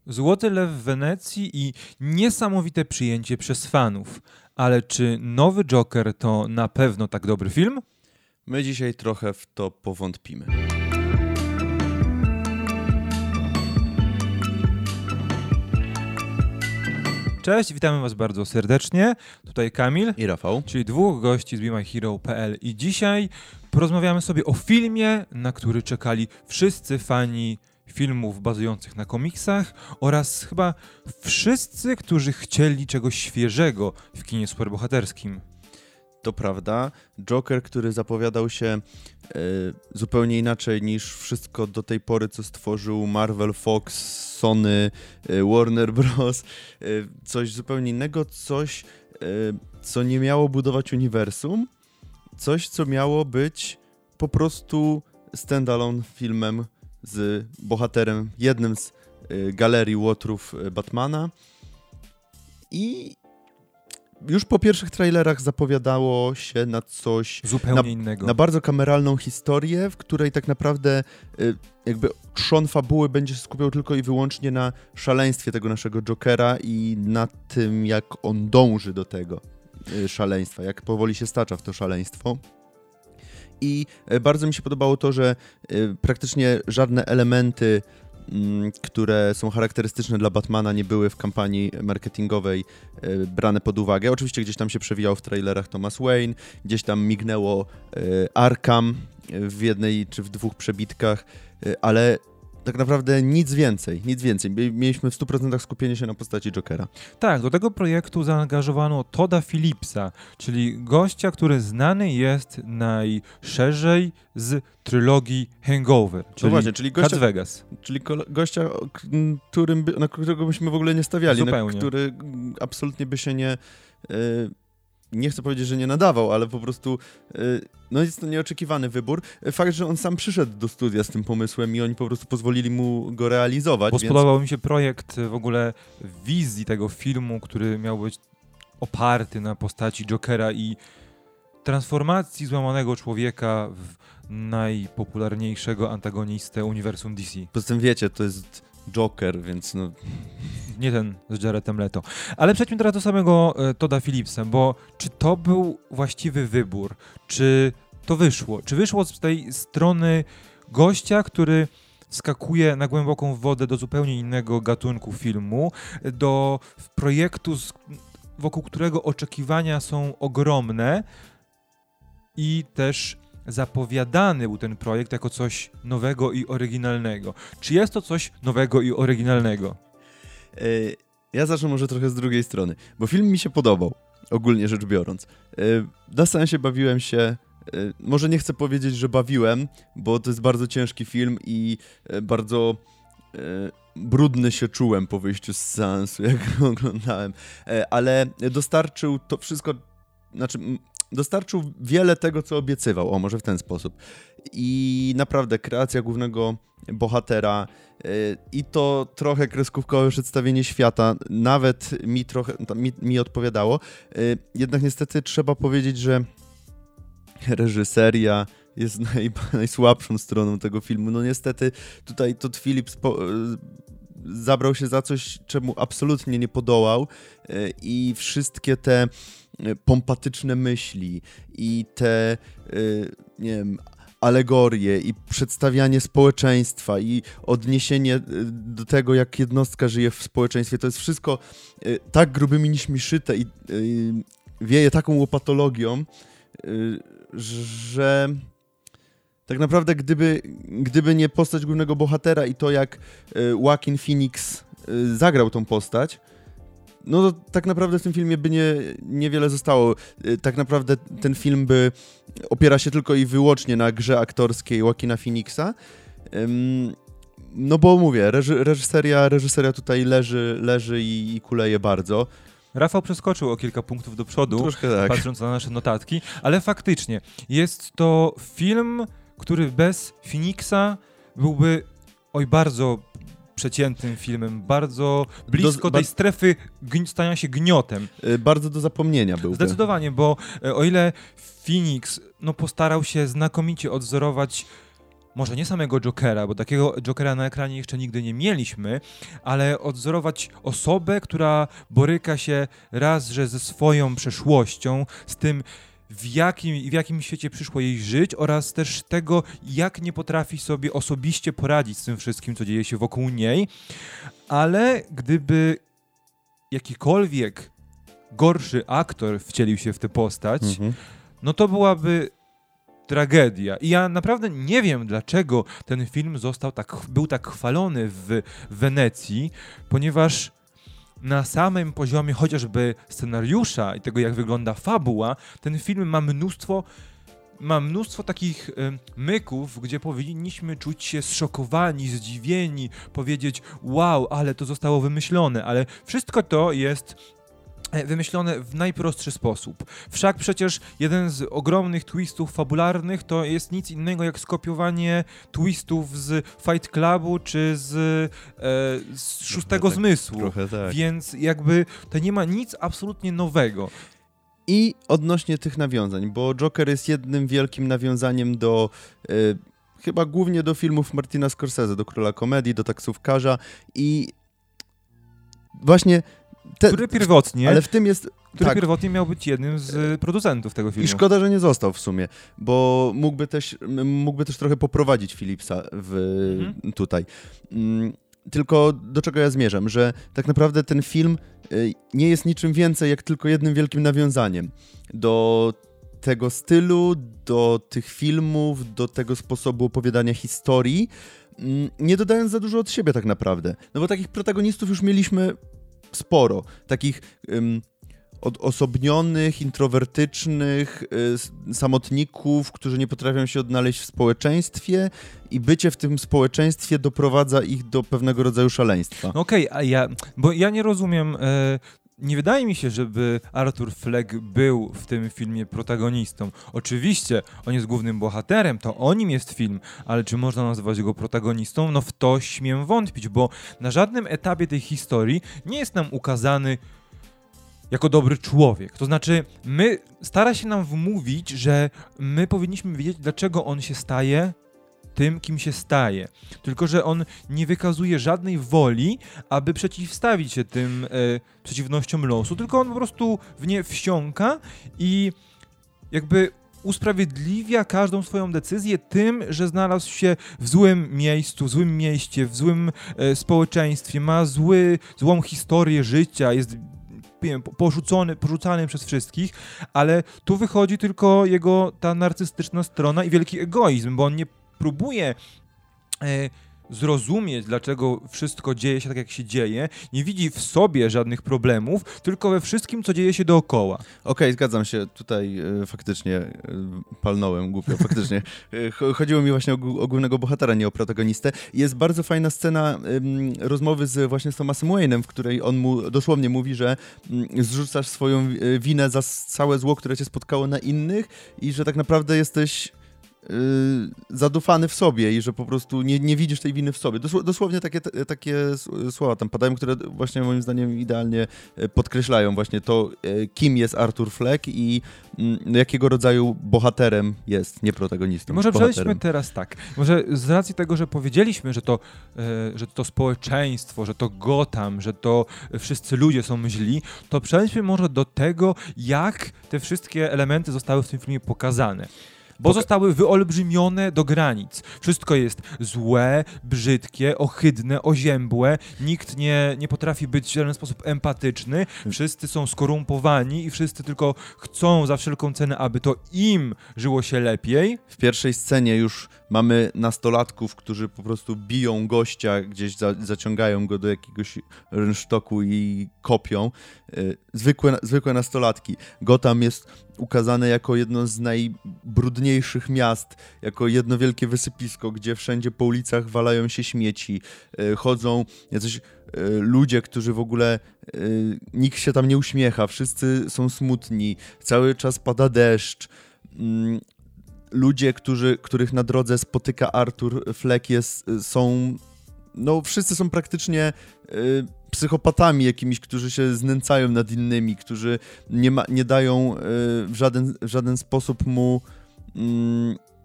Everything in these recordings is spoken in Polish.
Złoty Lew w Wenecji i niesamowite przyjęcie przez fanów. Ale czy nowy Joker to na pewno tak dobry film? My dzisiaj trochę w to powątpimy. Cześć, witamy Was bardzo serdecznie. Tutaj Kamil I Rafał. czyli dwóch gości z BeMyHero.pl i dzisiaj porozmawiamy sobie o filmie, na który czekali wszyscy fani filmów bazujących na komiksach oraz chyba wszyscy, którzy chcieli czegoś świeżego w kinie superbohaterskim. To prawda. Joker, który zapowiadał się zupełnie inaczej niż wszystko do tej pory, co stworzył Marvel, Fox, Sony, Warner Bros. Coś zupełnie innego, coś, co nie miało budować uniwersum, coś, co miało być po prostu stand-alone filmem z bohaterem, jednym z galerii łotrów Batmana. I już po pierwszych trailerach zapowiadało się na coś Zupełnie innego. Na bardzo kameralną historię, w której tak naprawdę jakby trzon fabuły będzie się skupiał tylko i wyłącznie na szaleństwie tego naszego Jokera i na tym, jak on dąży do tego szaleństwa, jak powoli się stacza w to szaleństwo. I bardzo mi się podobało to, że praktycznie żadne elementy, które są charakterystyczne dla Batmana, nie były w kampanii marketingowej brane pod uwagę. Oczywiście gdzieś tam się przewijał w trailerach Thomas Wayne, gdzieś tam mignęło Arkham w jednej czy w dwóch przebitkach, ale tak naprawdę nic więcej. Mieliśmy w 100% skupienie się na postaci Jokera. Tak, do tego projektu zaangażowano Todda Phillipsa, czyli gościa, który znany jest najszerzej z trylogii Hangover, czyli, właśnie, czyli gościa, Las Vegas. Czyli gościa, na którego byśmy w ogóle nie stawiali, Zupełnie. na który absolutnie by się nie chcę powiedzieć, że nie nadawał, ale po prostu jest to nieoczekiwany wybór. Fakt, że on sam przyszedł do studia z tym pomysłem i oni po prostu pozwolili mu go realizować. Bo spodobał mi się projekt w ogóle wizji tego filmu, który miał być oparty na postaci Jokera i transformacji złamanego człowieka w najpopularniejszego antagonistę uniwersum DC. Poza tym wiecie, to jest Joker, więc Nie ten z Jaredem Leto. Ale przejdźmy teraz do samego Todda Phillipsa, bo czy to był właściwy wybór? Czy to wyszło? Czy wyszło z tej strony gościa, który skakuje na głęboką wodę do zupełnie innego gatunku filmu, do projektu, wokół którego oczekiwania są ogromne i też zapowiadany był ten projekt jako coś nowego i oryginalnego. Czy jest to coś nowego i oryginalnego? Ja zacznę może trochę z drugiej strony, bo film mi się podobał, ogólnie rzecz biorąc. Na seansie bawiłem się, może nie chcę powiedzieć, że bawiłem, bo to jest bardzo ciężki film i bardzo brudny się czułem po wyjściu z seansu, jak go oglądałem, ale dostarczył to wszystko, dostarczył wiele tego, co obiecywał, może w ten sposób. I naprawdę kreacja głównego bohatera i to trochę kreskówkowe przedstawienie świata nawet mi odpowiadało. Jednak niestety trzeba powiedzieć, że reżyseria jest najsłabszą stroną tego filmu. No niestety tutaj Todd Phillips zabrał się za coś, czemu absolutnie nie podołał i wszystkie te pompatyczne myśli i te, nie wiem, alegorie i przedstawianie społeczeństwa i odniesienie do tego, jak jednostka żyje w społeczeństwie, to jest wszystko tak grubymi nićmi szyte i wieje taką łopatologią, że tak naprawdę gdyby nie postać głównego bohatera i to, jak Joaquin Phoenix zagrał tą postać, no to tak naprawdę w tym filmie by niewiele zostało. Tak naprawdę ten film by opiera się tylko i wyłącznie na grze aktorskiej Joaquina Phoenixa. No bo mówię, reżyseria tutaj leży i kuleje bardzo. Rafał przeskoczył o kilka punktów do przodu, troszkę tak, patrząc na nasze notatki, ale faktycznie jest to film, który bez Phoenixa byłby bardzo przeciętnym filmem, bardzo blisko tej strefy stania się gniotem. Bardzo do zapomnienia byłby. Zdecydowanie, bo o ile Phoenix postarał się znakomicie odwzorować może nie samego Jokera, bo takiego Jokera na ekranie jeszcze nigdy nie mieliśmy, ale odzorować osobę, która boryka się raz, że ze swoją przeszłością, z tym, w jakim świecie przyszło jej żyć oraz też tego, jak nie potrafi sobie osobiście poradzić z tym wszystkim, co dzieje się wokół niej, ale gdyby jakikolwiek gorszy aktor wcielił się w tę postać, no to byłaby tragedia. I ja naprawdę nie wiem, dlaczego ten film był tak chwalony w Wenecji, ponieważ na samym poziomie chociażby scenariusza i tego, jak wygląda fabuła, ten film ma mnóstwo takich myków, gdzie powinniśmy czuć się zszokowani, zdziwieni, powiedzieć wow, ale to zostało wymyślone, ale wszystko to jest wymyślone w najprostszy sposób. Wszak przecież jeden z ogromnych twistów fabularnych to jest nic innego jak skopiowanie twistów z Fight Clubu czy z Szóstego Zmysłu. Trochę tak. Więc jakby to nie ma nic absolutnie nowego. I odnośnie tych nawiązań, bo Joker jest jednym wielkim nawiązaniem do chyba głównie do filmów Martina Scorsese, do Króla Komedii, do Taksówkarza i właśnie który pierwotnie, ale w tym jest, pierwotnie miał być jednym z producentów tego filmu. I szkoda, że nie został w sumie, bo mógłby też trochę poprowadzić Phillipsa tutaj. Tylko do czego ja zmierzam, że tak naprawdę ten film nie jest niczym więcej jak tylko jednym wielkim nawiązaniem do tego stylu, do tych filmów, do tego sposobu opowiadania historii, nie dodając za dużo od siebie tak naprawdę. No bo takich protagonistów już mieliśmy sporo, takich odosobnionych, introwertycznych samotników, którzy nie potrafią się odnaleźć w społeczeństwie i bycie w tym społeczeństwie doprowadza ich do pewnego rodzaju szaleństwa. Okej, bo ja nie rozumiem, nie wydaje mi się, żeby Arthur Fleck był w tym filmie protagonistą. Oczywiście, on jest głównym bohaterem, to o nim jest film, ale czy można nazwać go protagonistą? No w to śmiem wątpić, bo na żadnym etapie tej historii nie jest nam ukazany jako dobry człowiek. To znaczy, stara się nam wmówić, że my powinniśmy wiedzieć, dlaczego on się staje tym, kim się staje. Tylko że on nie wykazuje żadnej woli, aby przeciwstawić się tym przeciwnościom losu, tylko on po prostu w nie wsiąka i jakby usprawiedliwia każdą swoją decyzję tym, że znalazł się w złym miejscu, w złym mieście, w złym społeczeństwie, ma złą historię życia, jest porzucany przez wszystkich, ale tu wychodzi tylko jego ta narcystyczna strona i wielki egoizm, bo on nie próbuje zrozumieć, dlaczego wszystko dzieje się tak, jak się dzieje, nie widzi w sobie żadnych problemów, tylko we wszystkim, co dzieje się dookoła. Okej, zgadzam się, tutaj faktycznie palnąłem głupio, faktycznie. Chodziło mi właśnie o głównego bohatera, nie o protagonistę. Jest bardzo fajna scena rozmowy właśnie z Thomasem Wayne'em, w której on mu dosłownie mówi, że zrzucasz swoją winę za całe zło, które cię spotkało na innych i że tak naprawdę jesteś zadufany w sobie i że po prostu nie widzisz tej winy w sobie. Dosłownie takie słowa tam padają, które właśnie moim zdaniem idealnie podkreślają właśnie to, kim jest Arthur Fleck i jakiego rodzaju bohaterem jest, nie protagonistą. Może przejdźmy teraz tak. Może z racji tego, że powiedzieliśmy, że to społeczeństwo, że to Gotham, że to wszyscy ludzie są źli, to przejdźmy może do tego, jak te wszystkie elementy zostały w tym filmie pokazane. Bo zostały wyolbrzymione do granic. Wszystko jest złe, brzydkie, ohydne, oziębłe. Nikt nie potrafi być w żaden sposób empatyczny. Wszyscy są skorumpowani i wszyscy tylko chcą za wszelką cenę, aby to im żyło się lepiej. W pierwszej scenie już mamy nastolatków, którzy po prostu biją gościa, gdzieś zaciągają go do jakiegoś rynsztoku i kopią. Zwykłe nastolatki. Gotham jest ukazane jako jedno z najbrudniejszych miast, jako jedno wielkie wysypisko, gdzie wszędzie po ulicach walają się śmieci, chodzą jacyś ludzie, którzy w ogóle nikt się tam nie uśmiecha, wszyscy są smutni, cały czas pada deszcz. Ludzie, których na drodze spotyka Arthur Fleck wszyscy są praktycznie psychopatami jakimiś, którzy się znęcają nad innymi, którzy nie dają w żaden sposób mu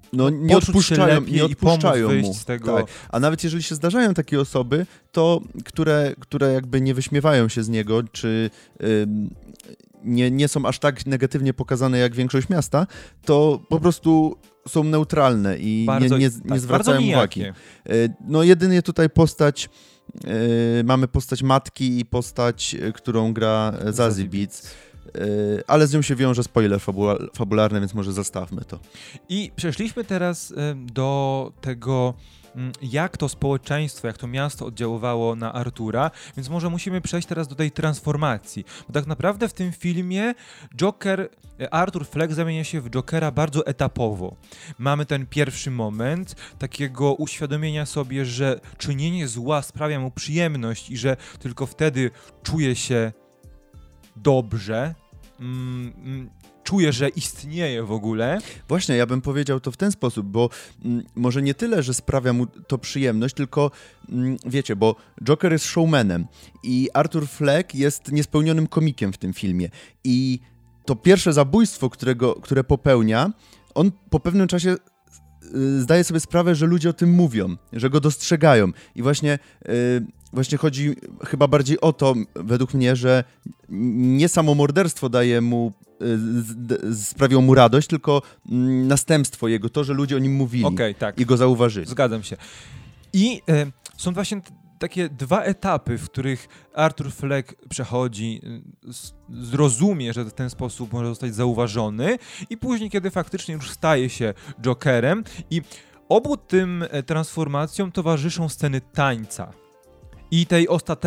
nie odpuszczają, nie odpuszczają mu. Wyjść z tego. Tak. A nawet jeżeli się zdarzają takie osoby, to które jakby nie wyśmiewają się z niego, czy nie są aż tak negatywnie pokazane jak większość miasta, to po prostu są neutralne i nie zwracają uwagi. No jedynie tutaj mamy postać matki i postać, którą gra Zazie Beetz. Ale z nią się wiąże spoiler fabularny, więc może zostawmy to. I przeszliśmy teraz do tego, jak to społeczeństwo, jak to miasto oddziaływało na Artura, więc może musimy przejść teraz do tej transformacji. Bo tak naprawdę w tym filmie Arthur Fleck zamienia się w Jokera bardzo etapowo. Mamy ten pierwszy moment takiego uświadomienia sobie, że czynienie zła sprawia mu przyjemność i że tylko wtedy czuje się dobrze, czuje, że istnieje w ogóle. Właśnie, ja bym powiedział to w ten sposób, bo może nie tyle, że sprawia mu to przyjemność, tylko wiecie, bo Joker jest showmanem i Arthur Fleck jest niespełnionym komikiem w tym filmie i to pierwsze zabójstwo, które popełnia, on po pewnym czasie zdaje sobie sprawę, że ludzie o tym mówią, że go dostrzegają i właśnie chodzi chyba bardziej o to, według mnie, że nie samo morderstwo sprawiło mu radość, tylko następstwo jego, to, że ludzie o nim mówili i go zauważyli. Zgadzam się. I są właśnie takie dwa etapy, w których Arthur Fleck przechodzi, zrozumie, że w ten sposób może zostać zauważony i później, kiedy faktycznie już staje się Jokerem i obu tym transformacjom towarzyszą sceny tańca. I tej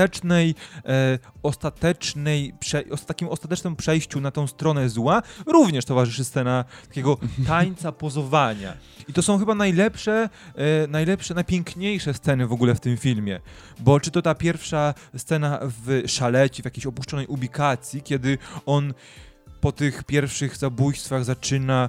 takim ostatecznym przejściu na tą stronę zła również towarzyszy scena takiego tańca, pozowania. I to są chyba najlepsze, najpiękniejsze sceny w ogóle w tym filmie. Bo czy to ta pierwsza scena w szaleci, w jakiejś opuszczonej ubikacji, kiedy on po tych pierwszych zabójstwach zaczyna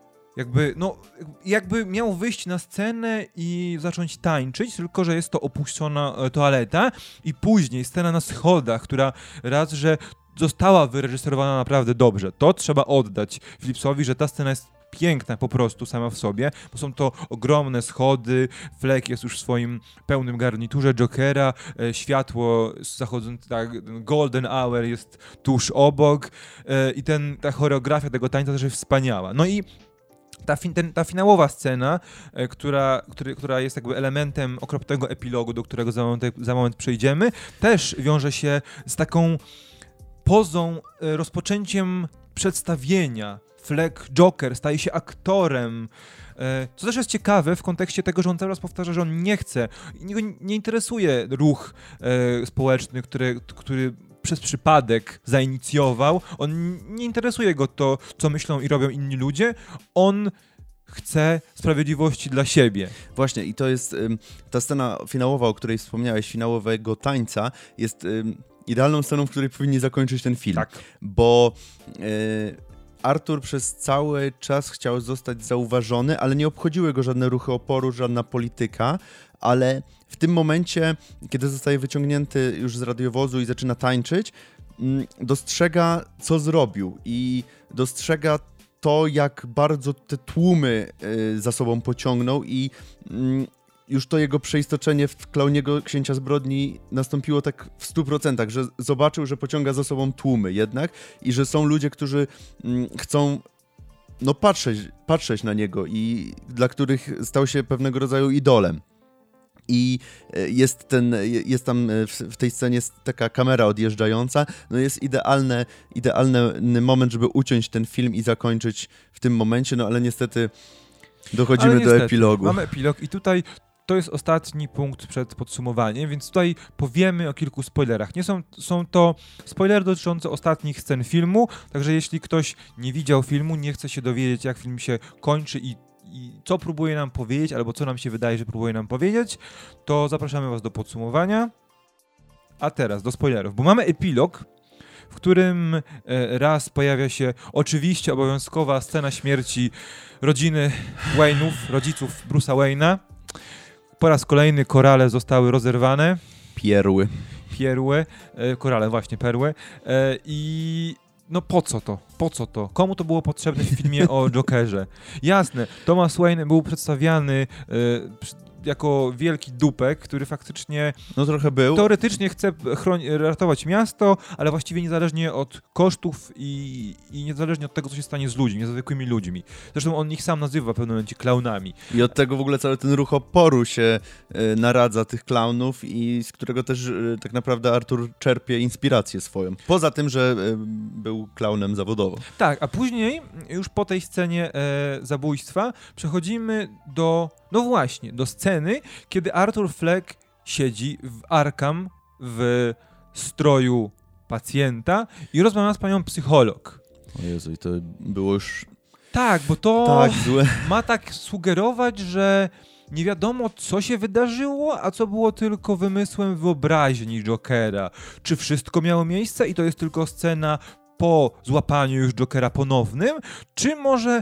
jakby miał wyjść na scenę i zacząć tańczyć, tylko że jest to opuszczona toaleta i później scena na schodach, która raz, że została wyreżyserowana naprawdę dobrze. To trzeba oddać Phillipsowi, że ta scena jest piękna po prostu sama w sobie, bo są to ogromne schody, Fleck jest już w swoim pełnym garniturze Jokera, światło zachodzące, golden hour jest tuż obok i ta choreografia tego tańca też jest wspaniała. No i ta finałowa scena, która jest jakby elementem okropnego epilogu, do którego za moment przejdziemy, też wiąże się z taką pozą, rozpoczęciem przedstawienia. Fleck, Joker, staje się aktorem, co też jest ciekawe w kontekście tego, że on cały czas powtarza, że on nie chce, nie interesuje ruch społeczny, który przez przypadek zainicjował. On nie interesuje go to, co myślą i robią inni ludzie. On chce sprawiedliwości dla siebie. Właśnie i to jest ta scena finałowa, o której wspomniałeś, finałowego tańca, jest idealną sceną, w której powinni zakończyć ten film. Tak. Bo Arthur przez cały czas chciał zostać zauważony, ale nie obchodziły go żadne ruchy oporu, żadna polityka, ale w tym momencie, kiedy zostaje wyciągnięty już z radiowozu i zaczyna tańczyć, dostrzega, co zrobił i dostrzega to, jak bardzo te tłumy za sobą pociągnął i już to jego przeistoczenie w klauniego księcia zbrodni nastąpiło tak w 100%, że zobaczył, że pociąga za sobą tłumy jednak i że są ludzie, którzy chcą patrzeć na niego i dla których stał się pewnego rodzaju idolem. I jest tam w tej scenie jest taka kamera odjeżdżająca, no jest idealny moment, żeby uciąć ten film i zakończyć w tym momencie, no ale niestety dochodzimy do epilogu. Mamy epilog i tutaj to jest ostatni punkt przed podsumowaniem, więc tutaj powiemy o kilku spoilerach. Są to spoilery dotyczące ostatnich scen filmu, także jeśli ktoś nie widział filmu, nie chce się dowiedzieć, jak film się kończy i co próbuje nam powiedzieć, albo co nam się wydaje, że próbuje nam powiedzieć, to zapraszamy was do podsumowania. A teraz do spoilerów, bo mamy epilog, w którym raz pojawia się oczywiście obowiązkowa scena śmierci rodziny Wayne'ów, rodziców Bruce'a Wayne'a. Po raz kolejny korale zostały rozerwane. Perły. Korale, właśnie, perły. I no po co to? Po co to? Komu to było potrzebne w filmie o Jokerze? Jasne, Thomas Wayne był przedstawiany jako wielki dupek, który faktycznie No trochę był. teoretycznie chce ratować miasto, ale właściwie niezależnie od kosztów i niezależnie od tego, co się stanie z ludźmi, z zwykłymi ludźmi. Zresztą on ich sam nazywa w pewnym momencie klaunami. I od tego w ogóle cały ten ruch oporu się naradza tych klaunów i z którego też tak naprawdę Arthur czerpie inspirację swoją. Poza tym, że był klaunem zawodowo. Tak, a później już po tej scenie zabójstwa przechodzimy no właśnie, do sceny, kiedy Arthur Fleck siedzi w Arkham w stroju pacjenta i rozmawia z panią psycholog. O Jezu, i to było już Tak, bo to tak złe. ma tak sugerować, że nie wiadomo, co się wydarzyło, a co było tylko wymysłem wyobraźni Jokera. Czy wszystko miało miejsce i to jest tylko scena po złapaniu już Jokera ponownym, czy może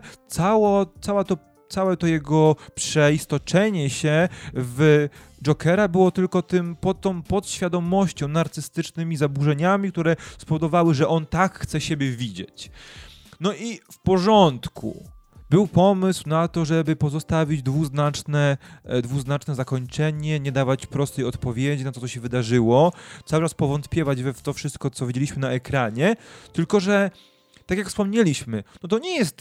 całe to jego przeistoczenie się w Jokera było tylko tą podświadomością, narcystycznymi zaburzeniami, które spowodowały, że on tak chce siebie widzieć. No i w porządku. Był pomysł na to, żeby pozostawić dwuznaczne zakończenie, nie dawać prostej odpowiedzi na to, co się wydarzyło, cały czas powątpiewać w to wszystko, co widzieliśmy na ekranie, tylko że, tak jak wspomnieliśmy, no to nie jest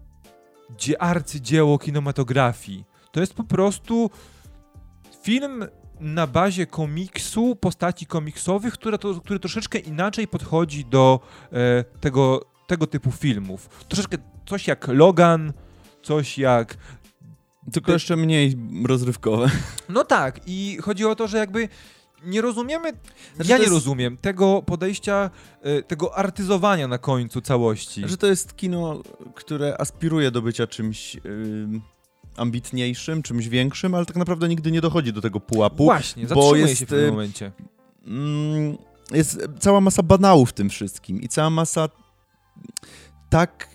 arcydzieło kinematografii. To jest po prostu film na bazie komiksu, postaci komiksowych, który troszeczkę inaczej podchodzi do tego typu filmów. Troszeczkę coś jak Logan, coś jak... Tylko jeszcze mniej rozrywkowe. No tak, i chodzi o to, że jakby nie rozumiemy, Znaczy, ja nie rozumiem tego podejścia, tego artyzowania na końcu całości. Że to jest kino, które aspiruje do bycia czymś ambitniejszym, czymś większym, ale tak naprawdę nigdy nie dochodzi do tego pułapu. Właśnie, zatrzymuje się w tym momencie. Jest cała masa banałów w tym wszystkim i cała masa tak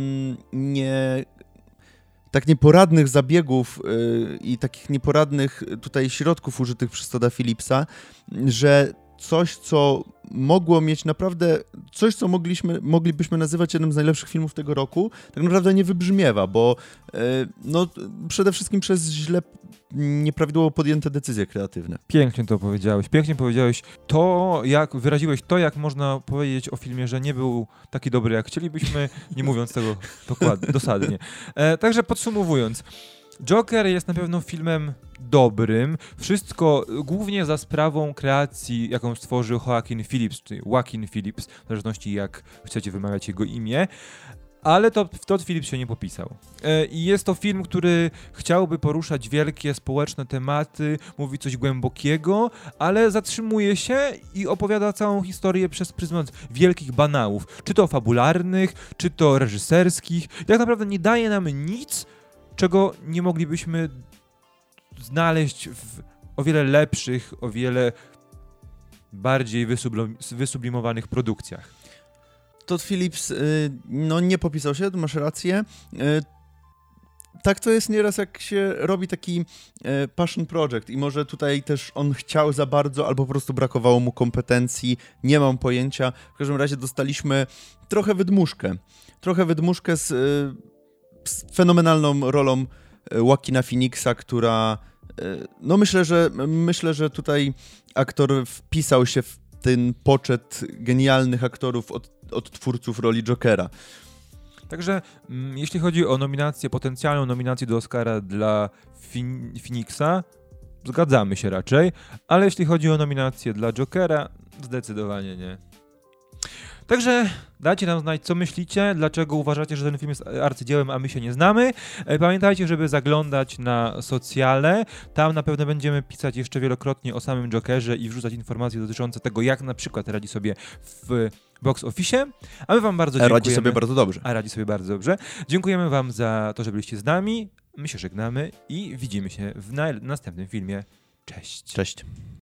nieporadnych zabiegów i takich nieporadnych tutaj środków użytych przez Todda Phillipsa, że coś, co mogło mieć naprawdę, coś, co moglibyśmy nazywać jednym z najlepszych filmów tego roku, tak naprawdę nie wybrzmiewa, bo no, przede wszystkim przez nieprawidłowo podjęte decyzje kreatywne. Pięknie to powiedziałeś. Pięknie powiedziałeś wyraziłeś to, jak można powiedzieć o filmie, że nie był taki dobry, jak chcielibyśmy, nie mówiąc tego dosadnie. Także podsumowując, Joker jest na pewno filmem dobrym. Wszystko głównie za sprawą kreacji, jaką stworzył Joaquin Phoenix, w zależności jak chcecie wymawiać jego imię. Ale Todd Phillips się nie popisał. I jest to film, który chciałby poruszać wielkie społeczne tematy, mówi coś głębokiego, ale zatrzymuje się i opowiada całą historię przez pryzmat wielkich banałów. Czy to fabularnych, czy to reżyserskich. Tak naprawdę nie daje nam nic, czego nie moglibyśmy znaleźć w o wiele lepszych, o wiele bardziej wysublimowanych produkcjach. Todd Phillips no nie popisał się, masz rację. Tak to jest nieraz, jak się robi taki passion project i może tutaj też on chciał za bardzo, albo po prostu brakowało mu kompetencji, nie mam pojęcia. W każdym razie dostaliśmy trochę wydmuszkę z fenomenalną rolą Joaquina Phoenixa, która no myślę, że tutaj aktor wpisał się w ten poczet genialnych aktorów od twórców roli Jokera. Także jeśli chodzi o potencjalną nominację do Oscara dla Phoenixa, zgadzamy się raczej, ale jeśli chodzi o nominację dla Jokera, zdecydowanie nie. Także dajcie nam znać, co myślicie, dlaczego uważacie, że ten film jest arcydziełem, a my się nie znamy. Pamiętajcie, żeby zaglądać na socjale. Tam na pewno będziemy pisać jeszcze wielokrotnie o samym Jokerze i wrzucać informacje dotyczące tego, jak na przykład radzi sobie w box office. A my wam bardzo dziękujemy. Radzi sobie bardzo dobrze. Radzi sobie bardzo dobrze. Dziękujemy wam za to, że byliście z nami. My się żegnamy i widzimy się w następnym filmie. Cześć. Cześć.